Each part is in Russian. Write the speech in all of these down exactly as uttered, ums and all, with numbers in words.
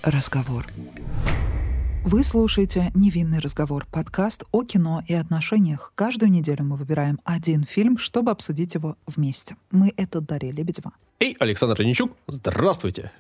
разговор. Вы слушаете «Невинный разговор» — подкаст о кино и отношениях. Каждую неделю мы выбираем один фильм, чтобы обсудить его вместе. Мы — это Дарья Лебедева. И Александр Леничук. Здравствуйте.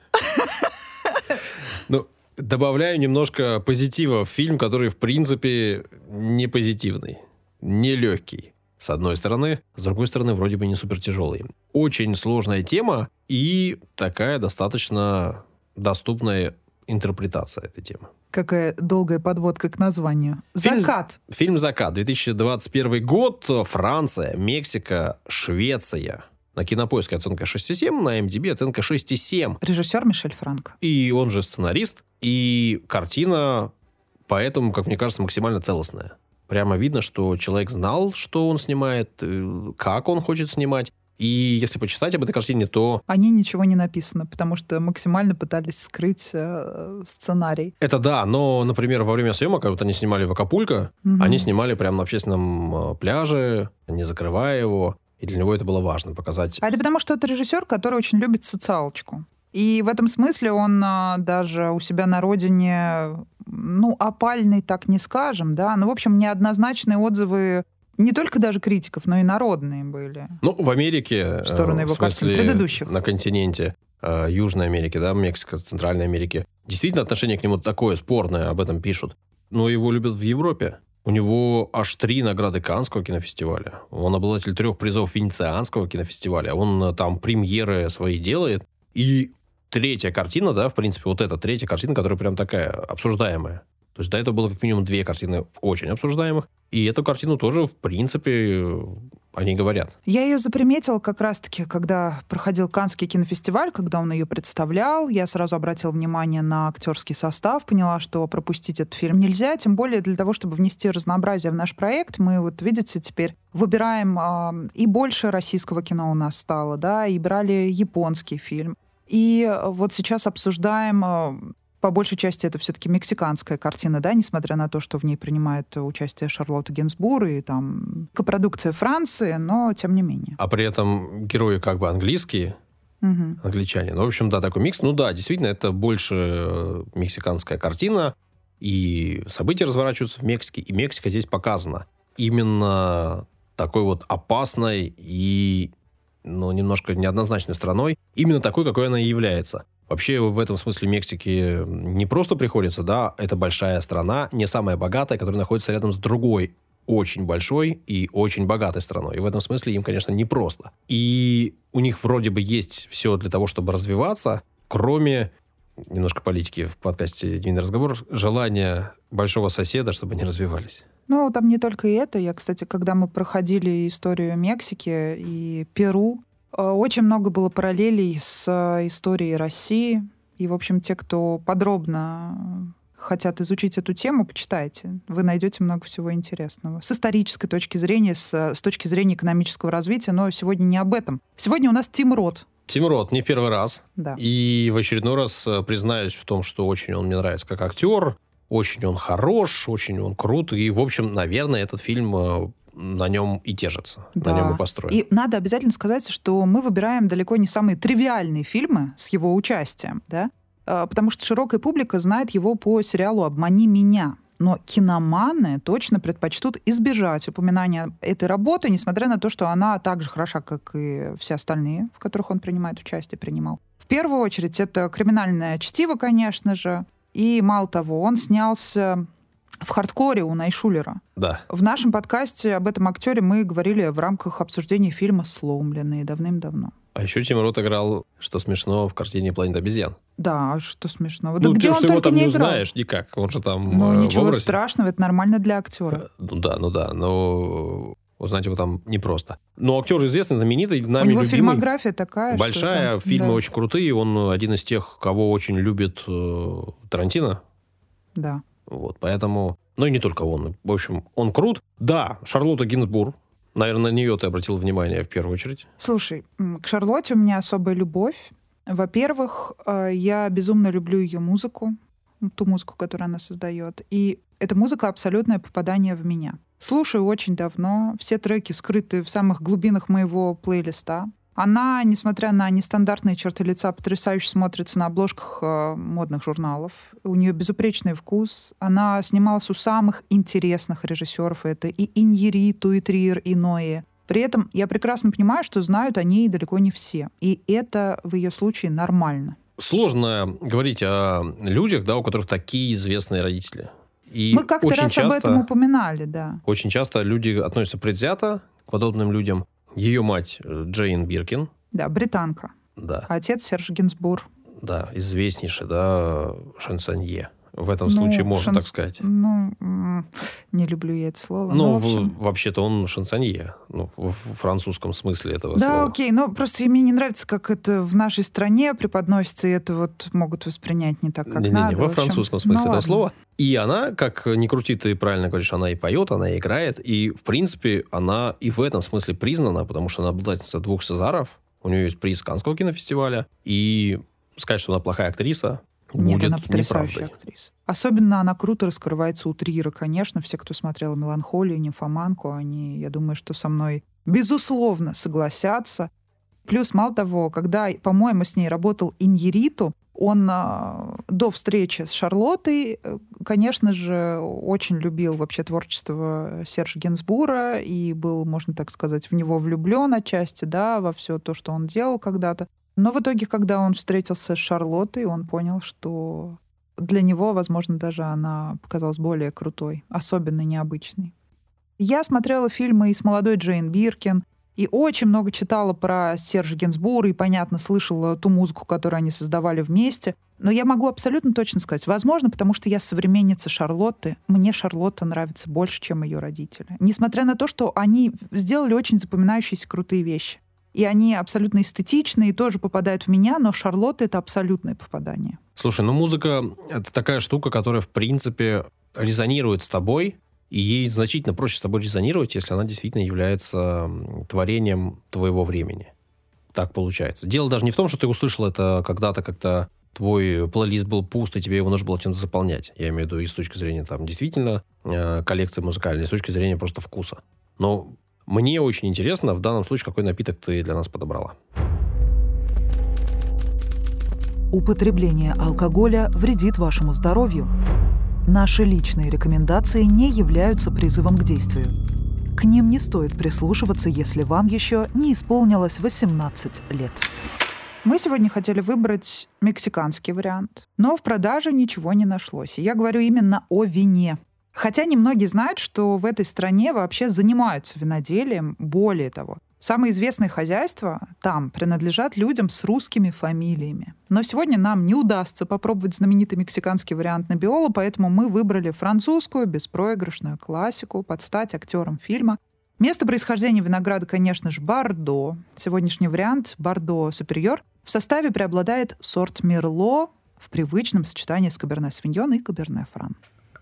Ну, добавляю немножко позитива в фильм, который, в принципе, не позитивный, не легкий. С одной стороны, с другой стороны, вроде бы не супертяжелый. Очень сложная тема и такая достаточно доступная интерпретация этой темы. Какая долгая подводка к названию. «Закат». Фильм, фильм «Закат». две тысячи двадцать первый год. Франция, Мексика, Швеция. На Кинопоиске оценка шесть и семь, на эм ди би оценка шесть и семь. Режиссер Мишель Франко. И он же сценарист. И картина, поэтому, как мне кажется, максимально целостная. Прямо видно, что человек знал, что он снимает, как он хочет снимать. И если почитать об этой картине, то... О ней ничего не написано, потому что максимально пытались скрыть э, сценарий. Это да, но, например, во время съемок, когда вот они снимали в Акапулько, угу. они снимали прямо на общественном пляже, не закрывая его. И для него это было важно показать. А это потому, что это режиссер, который очень любит социалочку. И в этом смысле он а, даже у себя на родине, ну, опальный, так не скажем, да, но, в общем, неоднозначные отзывы не только даже критиков, но и народные были. Ну, в Америке, в сторону его в смысле, картин предыдущих. На континенте э, Южной Америки, да, Мексика, Центральной Америки, действительно отношение к нему такое спорное, об этом пишут. Но его любят в Европе. У него аж три награды Каннского кинофестиваля. Он обладатель трех призов Венецианского кинофестиваля. Он там премьеры свои делает. И третья картина, да, в принципе, вот эта третья картина, которая прям такая обсуждаемая. То есть до этого было как минимум две картины очень обсуждаемых. И эту картину тоже, в принципе, они говорят. Я ее заприметила как раз-таки, когда проходил Каннский кинофестиваль, когда он ее представлял. Я сразу обратила внимание на актерский состав, поняла, что пропустить этот фильм нельзя. Тем более для того, чтобы внести разнообразие в наш проект, мы, вот видите, теперь выбираем э, и больше российского кино у нас стало, да, и брали японский фильм. И вот сейчас обсуждаем... Э, По большей части это все-таки мексиканская картина, да, несмотря на то, что в ней принимает участие Шарлотта Гинзбург и там копродукция Франции, но тем не менее. А при этом герои как бы английские, угу. англичане. Ну, в общем, да, такой микс. Ну да, действительно, это больше мексиканская картина, и события разворачиваются в Мексике, и Мексика здесь показана именно такой вот опасной и, ну, немножко неоднозначной страной, именно такой, какой она и является. Вообще, в этом смысле Мексике не просто приходится, да, это большая страна, не самая богатая, которая находится рядом с другой очень большой и очень богатой страной. И в этом смысле им, конечно, непросто. И у них вроде бы есть все для того, чтобы развиваться, кроме, немножко политики в подкасте «Невинный разговор», желания большого соседа, чтобы они развивались. Ну, там не только и это. Я, кстати, когда мы проходили историю Мексики и Перу, очень много было параллелей с историей России. И, в общем, те, кто подробно хотят изучить эту тему, почитайте. Вы найдете много всего интересного. С исторической точки зрения, с, с точки зрения экономического развития. Но сегодня не об этом. Сегодня у нас Тим Рот. Тим Рот не в первый раз. Да. И в очередной раз признаюсь в том, что очень он мне нравится как актер. Очень он хорош, очень он крут. И, в общем, наверное, этот фильм... на нем и держится, да. на нем и построен. И надо обязательно сказать, что мы выбираем далеко не самые тривиальные фильмы с его участием, да? Потому что широкая публика знает его по сериалу «Обмани меня». Но киноманы точно предпочтут избежать упоминания этой работы, несмотря на то, что она так же хороша, как и все остальные, в которых он принимает участие, принимал. В первую очередь, это «Криминальное чтиво», конечно же. И мало того, он снялся... в «Хардкоре» у Найшулера. Да. В нашем подкасте об этом актере мы говорили в рамках обсуждения фильма «Сломленные» давным-давно. А еще Тим Рот играл, что смешно, в картине «Планета обезьян». Да, а что смешного? Ну, да где тем, он что его только там не не играл. узнаешь никак. Он же там Ну, э, ничего в образе. страшного, это нормально для актера. Ну да, ну да, но узнать его там непросто. Но актер известный, знаменитый, нами У него любимый. фильмография такая, большая, что фильмы да. очень крутые. Он один из тех, кого очень любит э, Тарантино. Да. Вот, поэтому... Ну и не только он. В общем, он крут. Да, Шарлотта Гинзбург. Наверное, на нее ты обратил внимание в первую очередь. Слушай, к Шарлотте у меня особая любовь. Во-первых, я безумно люблю ее музыку, ту музыку, которую она создает. И эта музыка — абсолютное попадание в меня. Слушаю очень давно. Все треки скрыты в самых глубинах моего плейлиста. Она, несмотря на нестандартные черты лица, потрясающе смотрится на обложках э, модных журналов. У нее безупречный вкус. Она снималась у самых интересных режиссеров. Это и Иньярриту, и Триер, и Ноэ. При этом я прекрасно понимаю, что знают о ней далеко не все. И это в ее случае нормально. Сложно говорить о людях, да, у которых такие известные родители. И мы как-то раз часто, об этом упоминали, да. Очень часто люди относятся предвзято к подобным людям. Ее мать Джейн Биркин. Да, британка. Да. Отец Серж Гинзбур. Да, известнейший, да, шансонье. В этом ну, случае можно шанс... так сказать. Ну, не люблю я это слово. Ну, в общем... вообще-то он шансонье. Ну, в французском смысле этого да, слова. Да, окей. Но просто мне не нравится, как это в нашей стране преподносится, и это вот могут воспринять не так, как не, надо. Не, не, во французском смысле ну, этого ладно. слова. И она, как ни крути, ты правильно говоришь, она и поет, она и играет. И, в принципе, она и в этом смысле признана, потому что она обладательница двух Сезаров. У нее есть приз Каннского кинофестиваля. И сказать, что она плохая актриса, Нет, будет она потрясающая неправдой. актриса. Особенно она круто раскрывается у Триера, конечно. Все, кто смотрел «Меланхолию», «Нимфоманку», они, я думаю, что со мной, безусловно, согласятся. Плюс, мало того, когда, по-моему, с ней работал Иньярриту, он э, до встречи с Шарлоттой, э, конечно же, очень любил вообще творчество Сержа Гинзбура и был, можно так сказать, в него влюблен отчасти, да, во все то, что он делал когда-то. Но в итоге, когда он встретился с Шарлоттой, он понял, что для него, возможно, даже она показалась более крутой, особенно необычной. Я смотрела фильмы и с молодой Джейн Биркин, и очень много читала про Сержа Гинзбура, и, понятно, слышала ту музыку, которую они создавали вместе. Но я могу абсолютно точно сказать, возможно, потому что я современница Шарлотты, мне Шарлотта нравится больше, чем ее родители. Несмотря на то, что они сделали очень запоминающиеся крутые вещи. И они абсолютно эстетичные и тоже попадают в меня, но Шарлотта — это абсолютное попадание. Слушай, ну музыка — это такая штука, которая, в принципе, резонирует с тобой, и ей значительно проще с тобой резонировать, если она действительно является творением твоего времени. Так получается. Дело даже не в том, что ты услышал это когда-то, когда твой плейлист был пуст, и тебе его нужно было чем-то заполнять. Я имею в виду и с точки зрения там действительно э, коллекции музыкальной, и с точки зрения просто вкуса. Но мне очень интересно, в данном случае, какой напиток ты для нас подобрала. Употребление алкоголя вредит вашему здоровью. Наши личные рекомендации не являются призывом к действию. К ним не стоит прислушиваться, если вам еще не исполнилось восемнадцать лет. Мы сегодня хотели выбрать мексиканский вариант, но в продаже ничего не нашлось. И я говорю именно о вине. Хотя немногие знают, что в этой стране вообще занимаются виноделием. Более того, самые известные хозяйства там принадлежат людям с русскими фамилиями. Но сегодня нам не удастся попробовать знаменитый мексиканский вариант Неббиоло, поэтому мы выбрали французскую беспроигрышную классику под стать актерам фильма. Место происхождения винограда, конечно же, Бордо. Сегодняшний вариант Бордо Супериор. В составе преобладает сорт Мерло в привычном сочетании с Каберне Совиньон и Каберне Фран.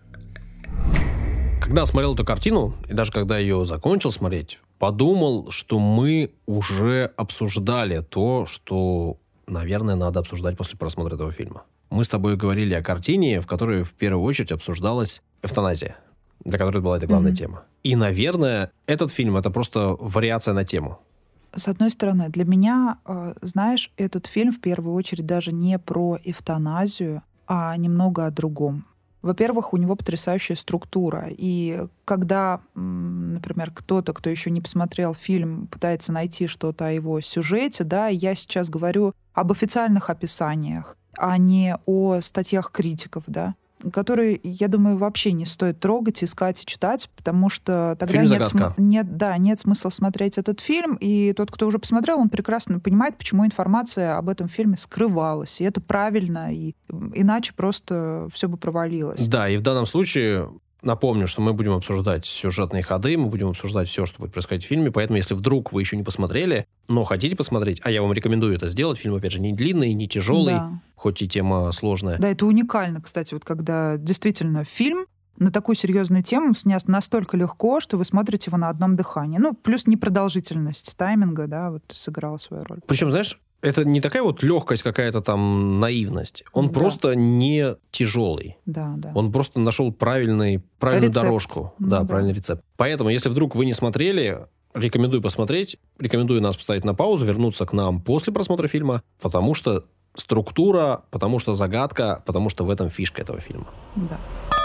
Когда смотрел эту картину, и даже когда ее закончил смотреть, подумал, что мы уже обсуждали то, что, наверное, надо обсуждать после просмотра этого фильма. Мы с тобой говорили о картине, в которой в первую очередь обсуждалась эвтаназия, для которой была эта главная mm-hmm. тема. И, наверное, этот фильм — это просто вариация на тему. С одной стороны, для меня, знаешь, этот фильм в первую очередь даже не про эвтаназию, а немного о другом. Во-первых, у него потрясающая структура. И когда, например, кто-то, кто еще не посмотрел фильм, пытается найти что-то о его сюжете, да, я сейчас говорю об официальных описаниях, а не о статьях критиков, да, которые, я думаю, вообще не стоит трогать, искать и читать, потому что тогда нет, см- нет, да, нет смысла смотреть этот фильм, и тот, кто уже посмотрел, он прекрасно понимает, почему информация об этом фильме скрывалась, и это правильно, и иначе просто все бы провалилось. Да, и в данном случае напомню, что мы будем обсуждать сюжетные ходы, мы будем обсуждать все, что будет происходить в фильме, поэтому если вдруг вы еще не посмотрели, но хотите посмотреть, а я вам рекомендую это сделать, фильм, опять же, не длинный, не тяжелый, да. Хоть и тема сложная. Да, это уникально, кстати, вот когда действительно фильм на такую серьезную тему снят настолько легко, что вы смотрите его на одном дыхании. Ну, плюс непродолжительность тайминга, да, вот сыграла свою роль. Причем, знаешь, это не такая вот легкость, какая-то там наивность. Он да. просто не тяжелый. Да, да. Он просто нашел правильный, правильную рецепт. дорожку. Ну, да, да, правильный рецепт. Поэтому, если вдруг вы не смотрели, рекомендую посмотреть, рекомендую нас поставить на паузу, вернуться к нам после просмотра фильма, потому что структура, потому что загадка, потому что в этом фишка этого фильма. Да.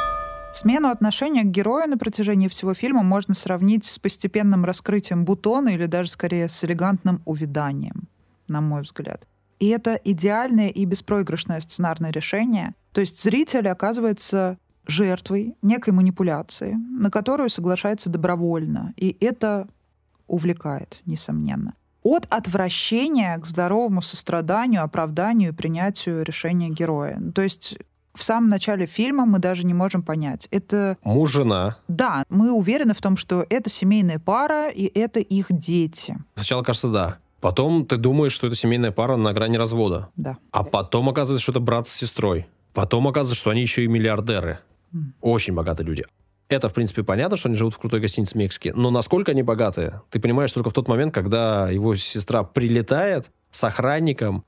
Смену отношения к герою на протяжении всего фильма можно сравнить с постепенным раскрытием бутона или даже скорее с элегантным увяданием, на мой взгляд. И это идеальное и беспроигрышное сценарное решение. То есть зритель оказывается жертвой некой манипуляции, на которую соглашается добровольно. И это увлекает, несомненно. От отвращения к здоровому состраданию, оправданию и принятию решения героя. То есть в самом начале фильма мы даже не можем понять. Это... Муж-жена. Да, мы уверены в том, что это семейная пара, и это их дети. Сначала кажется, да. Потом ты думаешь, что это семейная пара на грани развода. Да. А потом оказывается, что это брат с сестрой. Потом оказывается, что они еще и миллиардеры. Mm. Очень богатые люди. Это, в принципе, понятно, что они живут в крутой гостинице в Мексике. Но насколько они богатые, ты понимаешь только в тот момент, когда его сестра прилетает с охранником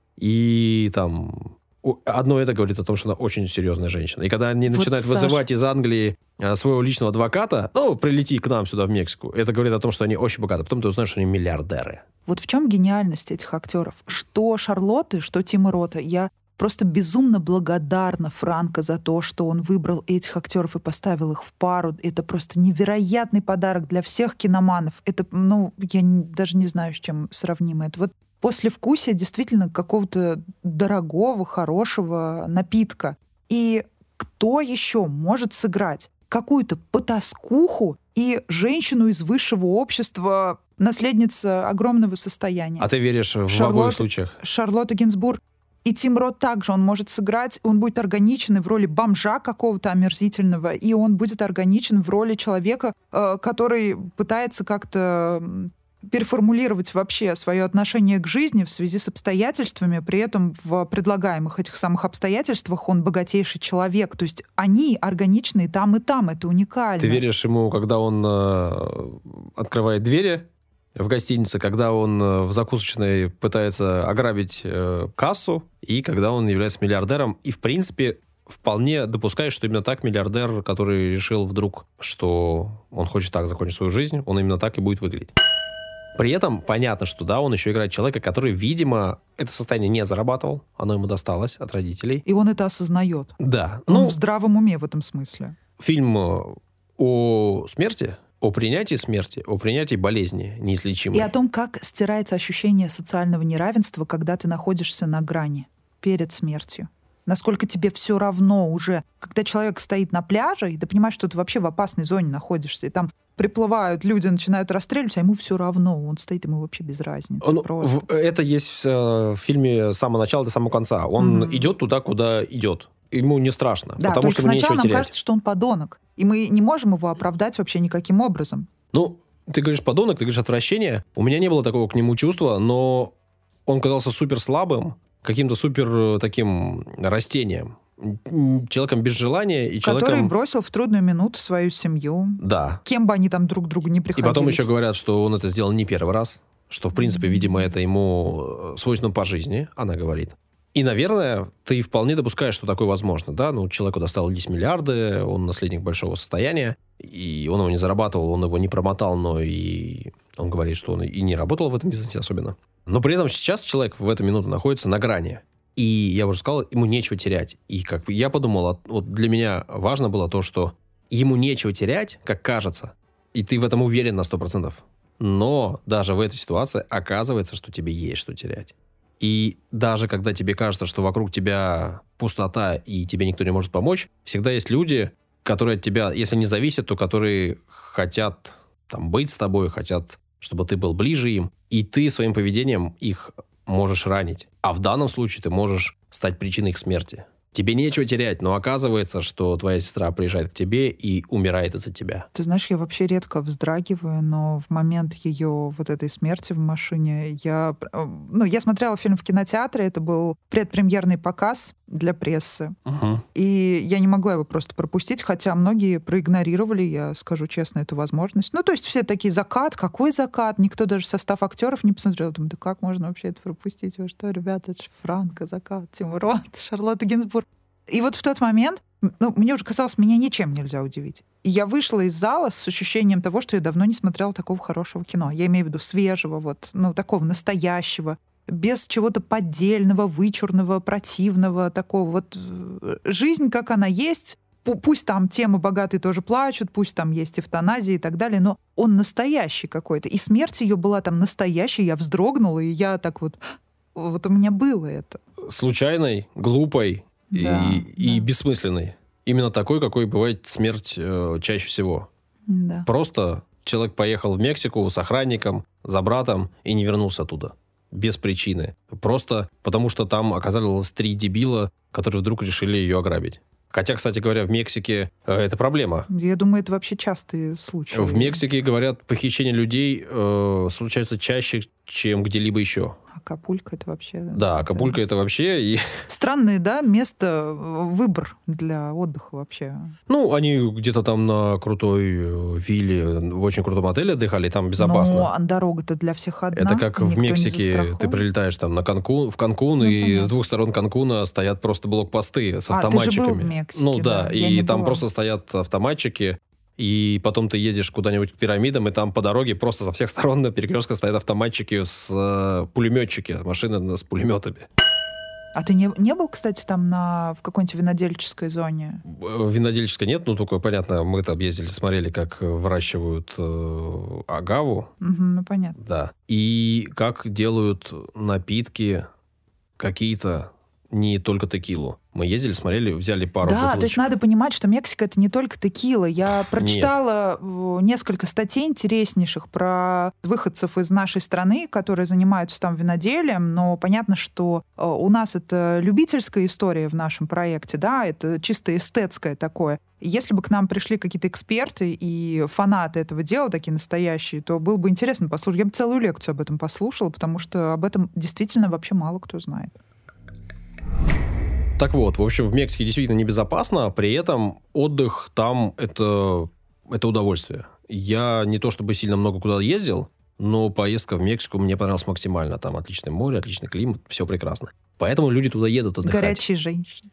и там... Одно это говорит о том, что она очень серьезная женщина. И когда они вот, начинают Саш... вызывать из Англии своего личного адвоката, ну, прилети к нам сюда, в Мексику, это говорит о том, что они очень богаты. Потом ты узнаешь, что они миллиардеры. Вот в чем гениальность этих актеров? Что Шарлотты, что Тима Рота. Я просто безумно благодарна Франко за то, что он выбрал этих актеров и поставил их в пару. Это просто невероятный подарок для всех киноманов. Это, ну, я не, даже не знаю, с чем сравнимо это. Вот послевкусие действительно какого-то дорогого, хорошего напитка. И кто еще может сыграть какую-то потаскуху и женщину из высшего общества, наследница огромного состояния? А ты веришь в Шарлотта, обоих случаях? Шарлотта Гинзбург. И Тим Рот также он может сыграть, он будет органичен в роли бомжа какого-то омерзительного, и он будет органичен в роли человека, который пытается как-то переформулировать вообще свое отношение к жизни в связи с обстоятельствами, при этом в предлагаемых этих самых обстоятельствах он богатейший человек. То есть они органичные там и там, это уникально. Ты веришь ему, когда он э, открывает двери в гостинице, когда он в закусочной пытается ограбить э, кассу, и когда он является миллиардером, и в принципе вполне допускаешь, что именно так миллиардер, который решил вдруг, что он хочет так закончить свою жизнь, он именно так и будет выглядеть. При этом понятно, что да, он еще играет человека, который, видимо, это состояние не зарабатывал, оно ему досталось от родителей. И он это осознает. Да. Он ну, в здравом уме в этом смысле. Фильм о смерти, о принятии смерти, о принятии болезни неизлечимой. И о том, как стирается ощущение социального неравенства, когда ты находишься на грани перед смертью. Насколько тебе все равно уже. Когда человек стоит на пляже, и ты понимаешь, что ты вообще в опасной зоне находишься, и там приплывают люди, начинают расстреливать, а ему все равно. Он стоит, ему вообще без разницы. Он, просто. В, это есть в, в фильме с самого начала до самого конца. Он mm. идет туда, куда идет. Ему не страшно, да, потому что ему нечего терять. Сначала нам кажется, что он подонок, и мы не можем его оправдать вообще никаким образом. Ну, ты говоришь подонок, ты говоришь отвращение. У меня не было такого к нему чувства, но он казался супер слабым, каким-то супер таким растением. Человеком без желания и человеком... Который бросил в трудную минуту свою семью. Да. Кем бы они там друг другу не приходились. И потом еще говорят, что он это сделал не первый раз, что, в принципе, mm-hmm. видимо, это ему свойственно по жизни, она говорит. И, наверное, ты вполне допускаешь, что такое возможно, да? Ну, человеку досталось миллиарды, он наследник большого состояния, и он его не зарабатывал, он его не промотал, но и он говорит, что он и не работал в этом бизнесе особенно. Но при этом сейчас человек в эту минуту находится на грани. И я уже сказал, ему нечего терять. И как я подумал, вот для меня важно было то, что ему нечего терять, как кажется, и ты в этом уверен на сто процентов. Но даже в этой ситуации оказывается, что тебе есть что терять. И даже когда тебе кажется, что вокруг тебя пустота и тебе никто не может помочь, всегда есть люди, которые от тебя, если не зависят, то которые хотят там, быть с тобой, хотят, чтобы ты был ближе им. И ты своим поведением их можешь ранить. А в данном случае ты можешь стать причиной их смерти. Тебе нечего терять, но оказывается, что твоя сестра приезжает к тебе и умирает из-за тебя. Ты знаешь, я вообще редко вздрагиваю, но в момент ее вот этой смерти в машине я... Ну, я смотрела фильм в кинотеатре, это был предпремьерный показ для прессы. Угу. И я не могла его просто пропустить, хотя многие проигнорировали, я скажу честно, эту возможность. Ну, то есть все такие: закат, какой закат? Никто даже состав актеров не посмотрел. Думаю, да как можно вообще это пропустить? Вы что, ребята, это же Франко, закат, Тим Рот, Шарлотта Гинзбург. И вот в тот момент, ну, мне уже казалось, меня ничем нельзя удивить. И я вышла из зала с ощущением того, что я давно не смотрела такого хорошего кино. Я имею в виду свежего, вот, ну, такого настоящего, без чего-то поддельного, вычурного, противного, такого вот. Жизнь, как она есть, пусть там темы богатые тоже плачут, пусть там есть эвтаназия и так далее, но он настоящий какой-то. И смерть ее была там настоящей, я вздрогнула, и я так вот... Вот у меня было это. Случайной, глупой да, и, да. и бессмысленной. Именно такой, какой бывает смерть э, чаще всего. Да. Просто человек поехал в Мексику с охранником, за братом и не вернулся оттуда. Без причины. Просто потому, что там оказалось три дебила, которые вдруг решили ее ограбить. Хотя, кстати говоря, в Мексике э, это проблема. Я думаю, это вообще частые случаи. В Мексике, говорят, похищения людей э, случаются чаще, чем где-либо еще. Акапулько это вообще... Да, Акапулько это вообще... И... Странное, да, место, выбор для отдыха вообще. Ну, они где-то там на крутой вилле, в очень крутом отеле отдыхали, и там безопасно. Но дорога-то для всех одна. Это как в Мексике, ты прилетаешь там на Канкун, в Канкун, ну, и понятно. С двух сторон Канкуна стоят просто блокпосты с автоматчиками. А, ты же был в Мексике, ну да, да. И там была. Просто стоят автоматчики, и потом ты едешь куда-нибудь к пирамидам, и там по дороге просто со всех сторон на перекрестках стоят автоматчики с э, пулеметчики, машины с пулеметами. А ты не, не был, кстати, там на, в какой-нибудь винодельческой зоне? Винодельческой нет, ну только, понятно, мы там ездили, смотрели, как выращивают э, агаву. Угу, ну, понятно. Да. И как делают напитки какие-то, не только текилу. Мы ездили, смотрели, взяли пару Да, бутылочек. То есть надо понимать, что Мексика — это не только текила. Я прочитала Нет. несколько статей интереснейших про выходцев из нашей страны, которые занимаются там виноделием, но понятно, что у нас это любительская история в нашем проекте, да, это чисто эстетское такое. Если бы к нам пришли какие-то эксперты и фанаты этого дела, такие настоящие, то было бы интересно послушать. Я бы целую лекцию об этом послушала, потому что об этом действительно вообще мало кто знает. Так вот, в общем, в Мексике действительно небезопасно, при этом отдых там это, это удовольствие. Я не то чтобы сильно много куда ездил, но поездка в Мексику мне понравилась максимально. Там отличное море, отличный климат, все прекрасно. Поэтому люди туда едут отдыхать. Горячие женщины.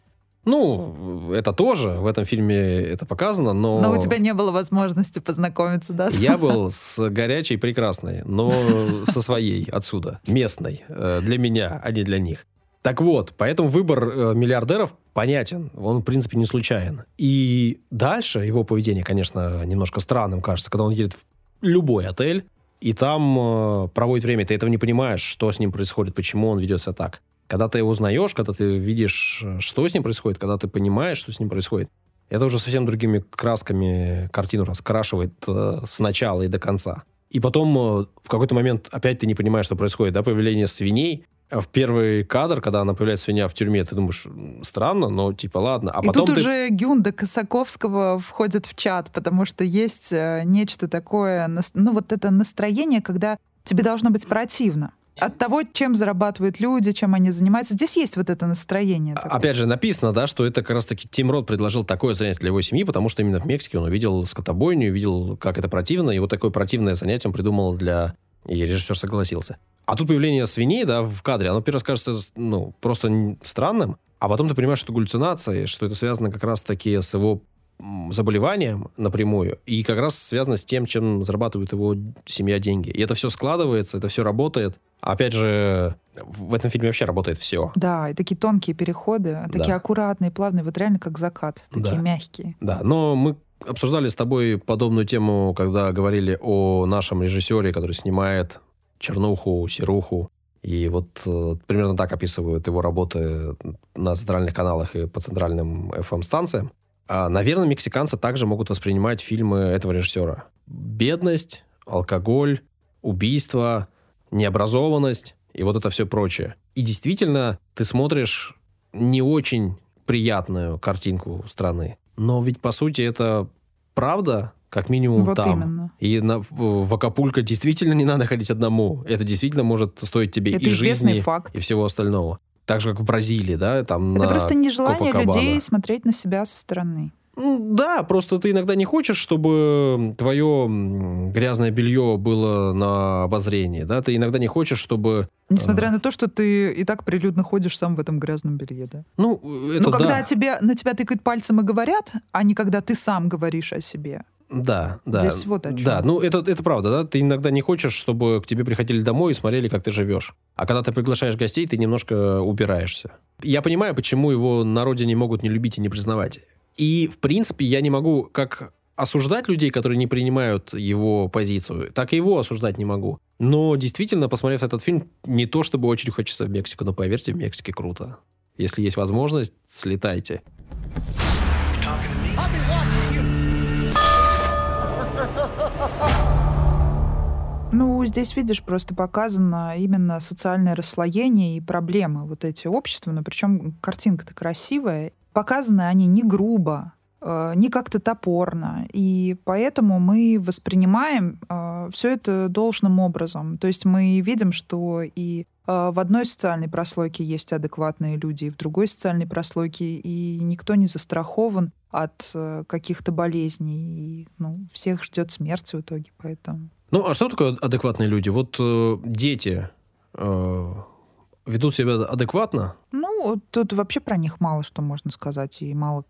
Ну, это тоже, в этом фильме это показано, но... Но у тебя не было возможности познакомиться, да? Я был с горячей прекрасной, но со своей отсюда, местной, для меня, а не для них. Так вот, поэтому выбор э, миллиардеров понятен, он, в принципе, не случайен. И дальше его поведение, конечно, немножко странным кажется, когда он едет в любой отель, и там э, проводит время, ты этого не понимаешь, что с ним происходит, почему он ведет себя так. Когда ты его узнаешь, когда ты видишь, что с ним происходит, когда ты понимаешь, что с ним происходит, это уже совсем другими красками картину раскрашивает э, с начала и до конца. И потом э, в какой-то момент опять ты не понимаешь, что происходит, да, появление свиней. В первый кадр, когда она появляется свинья в тюрьме, ты думаешь, странно, но типа ладно. А и потом тут ты... уже Гюнда Косаковского входит в чат, потому что есть нечто такое, ну вот это настроение, когда тебе должно быть противно от того, чем зарабатывают люди, чем они занимаются. Здесь есть вот это настроение. Такое. Опять же, написано, да, что это как раз-таки Тим Рот предложил такое занятие для его семьи, потому что именно в Мексике он увидел скотобойню, увидел, как это противно, и вот такое противное занятие он придумал для... И режиссер согласился. А тут появление свиней, да, в кадре, оно первый раз кажется, ну, просто странным, а потом ты понимаешь, что это галлюцинации, что это связано как раз-таки с его заболеванием напрямую, и как раз связано с тем, чем зарабатывает его семья деньги. И это все складывается, это все работает. Опять же, в этом фильме вообще работает все. Да, и такие тонкие переходы, такие да. аккуратные, плавные, вот реально как закат, такие да. мягкие. Да, но мы обсуждали с тобой подобную тему, когда говорили о нашем режиссере, который снимает чернуху, серуху. И вот э, примерно так описывают его работы на центральных каналах и по центральным эф эм-станциям. А, наверное, мексиканцы также могут воспринимать фильмы этого режиссера. Бедность, алкоголь, убийство, необразованность и вот это все прочее. И действительно, ты смотришь не очень приятную картинку страны. Но ведь, по сути, это правда... Как минимум вот там. Именно. И на, в Акапулько действительно не надо ходить одному. Это действительно может стоить тебе это и жизни, факт. и всего остального. Так же, как в Бразилии, да? Там это на просто нежелание Копакабана. людей смотреть на себя со стороны. Да, просто ты иногда не хочешь, чтобы твое грязное белье было на обозрении, да, ты иногда не хочешь, чтобы... Несмотря а... на то, что ты и так прилюдно ходишь сам в этом грязном белье, да? Ну, это Но когда да. тебе, на тебя тыкают пальцем и говорят, а не когда ты сам говоришь о себе. Да, да. Здесь вот о чем. Да, ну это, это правда, да, ты иногда не хочешь, чтобы к тебе приходили домой и смотрели, как ты живешь. А когда ты приглашаешь гостей, ты немножко убираешься. Я понимаю, почему его на родине могут не любить и не признавать. И, в принципе, я не могу как осуждать людей, которые не принимают его позицию, так и его осуждать не могу. Но, действительно, посмотрев этот фильм, не то чтобы очень хочется в Мексику, но, поверьте, в Мексике круто. Если есть возможность, слетайте. Ну, здесь, видишь, просто показано именно социальное расслоение и проблемы вот эти общества, но причем картинка-то красивая. Показаны они не грубо, э, не как-то топорно, и поэтому мы воспринимаем э, все это должным образом. То есть мы видим, что и э, в одной социальной прослойке есть адекватные люди, и в другой социальной прослойке, и никто не застрахован от э, каких-то болезней, и ну, всех ждет смерть в итоге, поэтому... Ну, а что такое адекватные люди? Вот э, дети э, ведут себя адекватно? Ну, тут вообще про них мало что можно сказать, и мало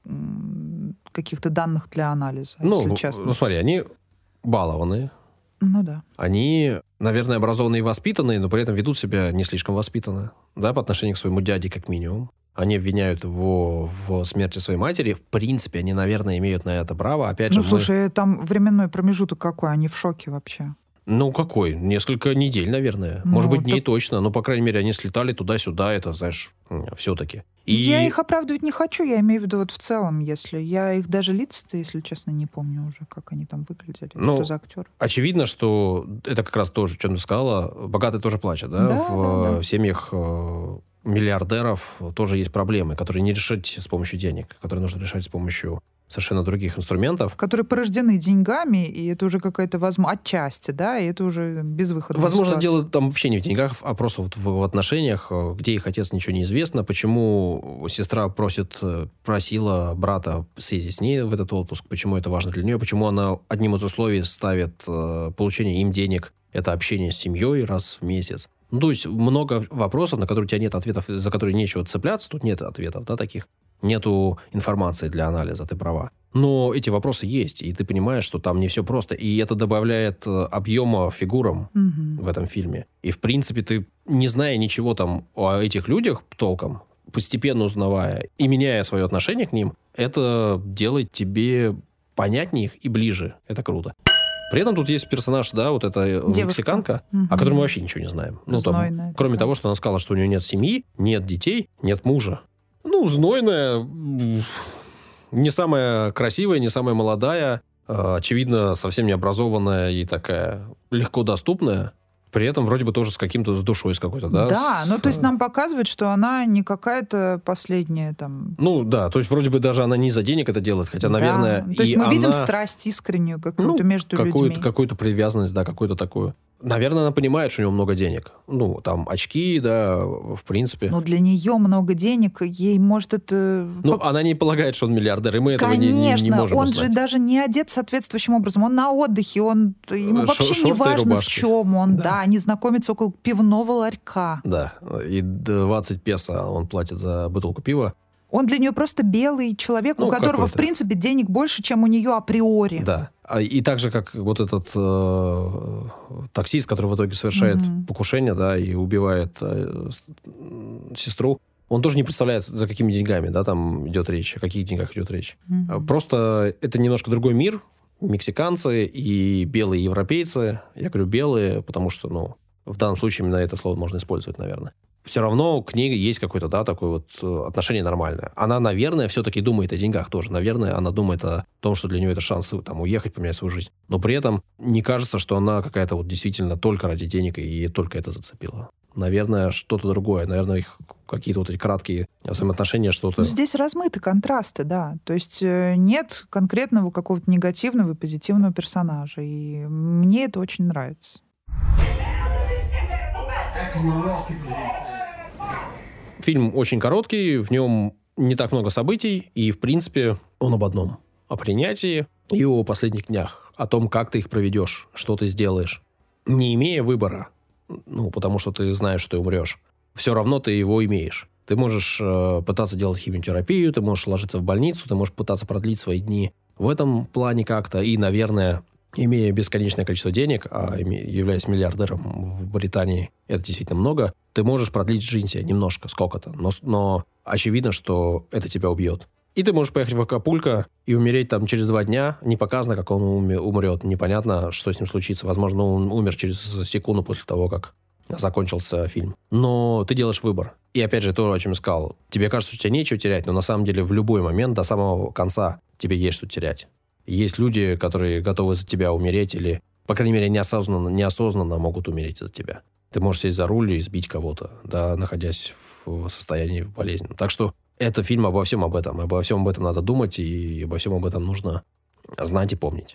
м, каких-то данных для анализа, ну, если честно. Ну, смотри, они балованные. Ну, да. Они, наверное, образованные и воспитанные, но при этом ведут себя не слишком воспитанно, да, по отношению к своему дяде, как минимум. Они обвиняют его в смерти своей матери. В принципе, они, наверное, имеют на это право. Опять ну, же, слушай, мы... там временной промежуток какой? Они в шоке вообще. Ну, какой? Несколько недель, наверное. Ну, Может быть, дней так... точно. Но, по крайней мере, они слетали туда-сюда. Это, знаешь, все-таки. И... Я их оправдывать не хочу. Я имею в виду вот в целом, если... Я их даже лица-то, если честно, не помню уже, как они там выглядели. Ну, что за актеры. Очевидно, что это как раз тоже, что ты сказала. Богатые тоже плачут, да? Да, в, да, да. в семьях миллиардеров тоже есть проблемы, которые не решать с помощью денег, которые нужно решать с помощью совершенно других инструментов. Которые порождены деньгами, и это уже какая-то возможность, отчасти, да, и это уже безвыходная Возможно, ситуация. дело там вообще не в деньгах, а просто вот в, в отношениях, где их отец, ничего не известно, почему сестра просит, просила брата съездить с ней в этот отпуск, почему это важно для нее, почему она одним из условий ставит э, получение им денег, это общение с семьей раз в месяц. Ну, то есть много вопросов, на которые у тебя нет ответов, за которые нечего цепляться, тут нет ответов, да, таких. Нету информации для анализа, ты права. Но эти вопросы есть, и ты понимаешь, что там не все просто. И это добавляет объема фигурам угу. в этом фильме. И, в принципе, ты, не зная ничего там о этих людях толком, постепенно узнавая и меняя свое отношение к ним, это делает тебе понятнее их и ближе. Это круто. При этом тут есть персонаж, да, вот эта Девушка. мексиканка, угу. о которой мы вообще ничего не знаем. Ну, там, кроме того, что она сказала, что у нее нет семьи, нет детей, нет мужа. Ну, знойная, не самая красивая, не самая молодая, очевидно, совсем не образованная и такая легко доступная. При этом вроде бы тоже с каким-то, с душой с какой-то, да? Да, с... ну то есть нам показывает, что она не какая-то последняя там... Ну да, то есть вроде бы даже она не за денег это делает, хотя, да. наверное... То есть мы она... видим страсть искреннюю какую-то ну, между какую-то, людьми. Какую-то привязанность, да, какую-то такую. Наверное, она понимает, что у него много денег. Ну, там, очки, да, в принципе. Но для нее много денег, ей, может, это... Ну, она не полагает, что он миллиардер, и мы этого не, не, не можем он узнать. же даже не одет соответствующим образом. Он на отдыхе, он, ему вообще Ш- не важно, в чем он. Да. да, они знакомятся около пивного ларька. Да, и двадцать песо он платит за бутылку пива. Он для нее просто белый человек, ну, у которого, какой-то. в принципе, денег больше, чем у нее априори. Да. И так же, как вот этот э, таксист, который в итоге совершает mm-hmm. покушение, да, и убивает э, сестру, он тоже не представляет, за какими деньгами, да, там идет речь, о каких деньгах идет речь. Mm-hmm. Просто это немножко другой мир. Мексиканцы и белые европейцы. Я говорю белые, потому что, ну, в данном случае именно это слово можно использовать, наверное. Все равно к ней есть какое-то, да, такое вот отношение нормальное. Она, наверное, все-таки думает о деньгах тоже. Наверное, она думает о том, что для нее это шанс там уехать, поменять свою жизнь. Но при этом не кажется, что она какая-то вот действительно только ради денег и ей только это зацепило. Наверное, что-то другое. Наверное, их какие-то вот эти краткие взаимоотношения, что-то... Ну, здесь размыты контрасты, да. То есть нет конкретного какого-то негативного и позитивного персонажа. И мне это очень нравится. Фильм очень короткий, в нем не так много событий, и, в принципе, он об одном. о принятии и о последних днях, о том, как ты их проведешь, что ты сделаешь. Не имея выбора, ну, потому что ты знаешь, что ты умрешь, все равно ты его имеешь. Ты можешь э, пытаться делать химиотерапию, ты можешь ложиться в больницу, ты можешь пытаться продлить свои дни в этом плане как-то. И, наверное, имея бесконечное количество денег, а являясь миллиардером в Британии, это действительно много, ты можешь продлить жизнь себе немножко, сколько-то. Но, но очевидно, что это тебя убьет. И ты можешь поехать в Акапулько и умереть там через два дня. Не показано, как он умрет. Непонятно, что с ним случится. Возможно, он умер через секунду после того, как закончился фильм. Но ты делаешь выбор. И опять же, то, о чем я сказал. Тебе кажется, что у тебя нечего терять, но на самом деле в любой момент, до самого конца, тебе есть что терять. Есть люди, которые готовы за тебя умереть или, по крайней мере, неосознанно, неосознанно могут умереть за тебя. Ты можешь сесть за руль и сбить кого-то, да, находясь в состоянии болезненном. Так что это фильм обо всем об этом. Обо всем об этом надо думать, и обо всем об этом нужно знать и помнить.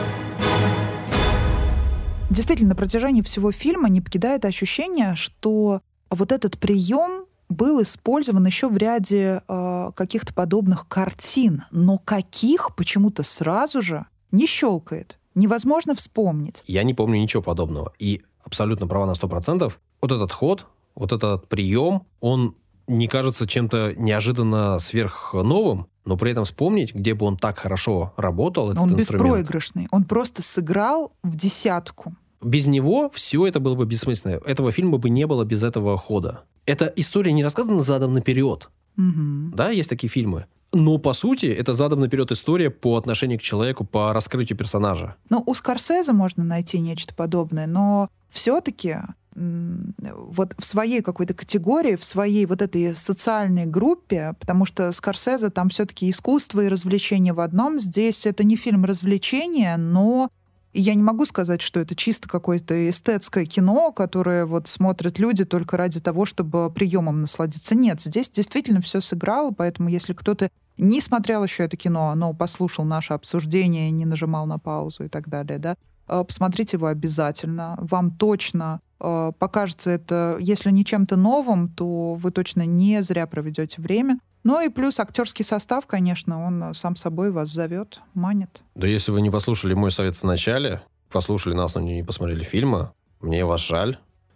Действительно, на протяжении всего фильма не покидает ощущение, что вот этот прием был использован еще в ряде э, каких-то подобных картин. Но каких почему-то сразу же не щелкает. Невозможно вспомнить. Я не помню ничего подобного. И абсолютно права на сто процентов. Вот этот ход, вот этот прием, он не кажется чем-то неожиданно сверхновым, но при этом вспомнить, где бы он так хорошо работал, этот он инструмент. Беспроигрышный. Он просто сыграл в десятку. Без него все это было бы бессмысленно. Этого фильма бы не было без этого хода. Эта история не рассказана задом наперед. Угу. Да, есть такие фильмы. Но, по сути, это задом наперед история по отношению к человеку, по раскрытию персонажа. Ну, у Скорсезе можно найти нечто подобное, но все-таки вот в своей какой-то категории, в своей вот этой социальной группе, потому что Скорсезе там все-таки искусство и развлечение в одном. Здесь это не фильм развлечения, но я не могу сказать, что это чисто какое-то эстетское кино, которое вот смотрят люди только ради того, чтобы приемом насладиться. Нет, здесь действительно все сыграло, поэтому если кто-то не смотрел еще это кино, но послушал наше обсуждение, не нажимал на паузу и так далее, да, посмотрите его обязательно. Вам точно покажется это, если не чем-то новым, то вы точно не зря проведете время. Ну и плюс актерский состав, конечно, он сам собой вас зовет, манит. Да если вы не послушали мой совет в начале, послушали нас, но не посмотрели фильма, мне вас жаль.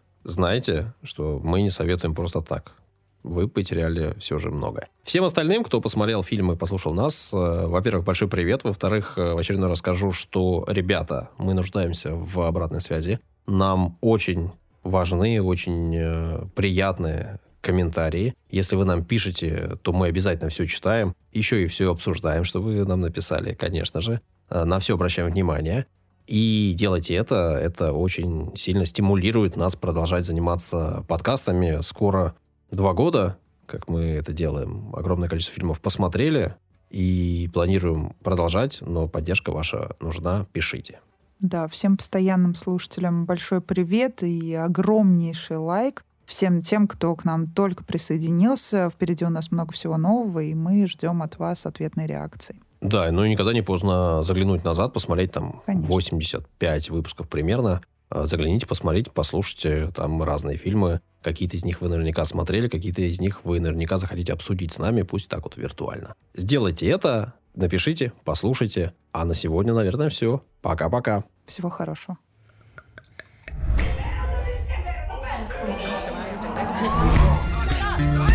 Знайте, что мы не советуем просто так. Вы потеряли все же многое. Всем остальным, кто посмотрел фильм и послушал нас, во-первых, большой привет. Во-вторых, в очередной раз скажу, что, ребята, мы нуждаемся в обратной связи. Нам очень важны, очень э, приятные комментарии. Если вы нам пишете, то мы обязательно все читаем. Еще и все обсуждаем, что вы нам написали, конечно же. На все обращаем внимание. И делайте это. Это очень сильно стимулирует нас продолжать заниматься подкастами. Скоро два года, как мы это делаем. Огромное количество фильмов посмотрели. И планируем продолжать. Но поддержка ваша нужна. Пишите. Да, всем постоянным слушателям большой привет и огромнейший лайк. Всем тем, кто к нам только присоединился. Впереди у нас много всего нового, и мы ждем от вас ответной реакции. Да, ну и никогда не поздно заглянуть назад, посмотреть там Конечно. восемьдесят пять выпусков примерно. Загляните, посмотрите, послушайте там разные фильмы. Какие-то из них вы наверняка смотрели, какие-то из них вы наверняка захотите обсудить с нами, пусть так вот виртуально. Сделайте это, напишите, послушайте. А на сегодня, наверное, все. Пока-пока. Всего хорошего. Thank you.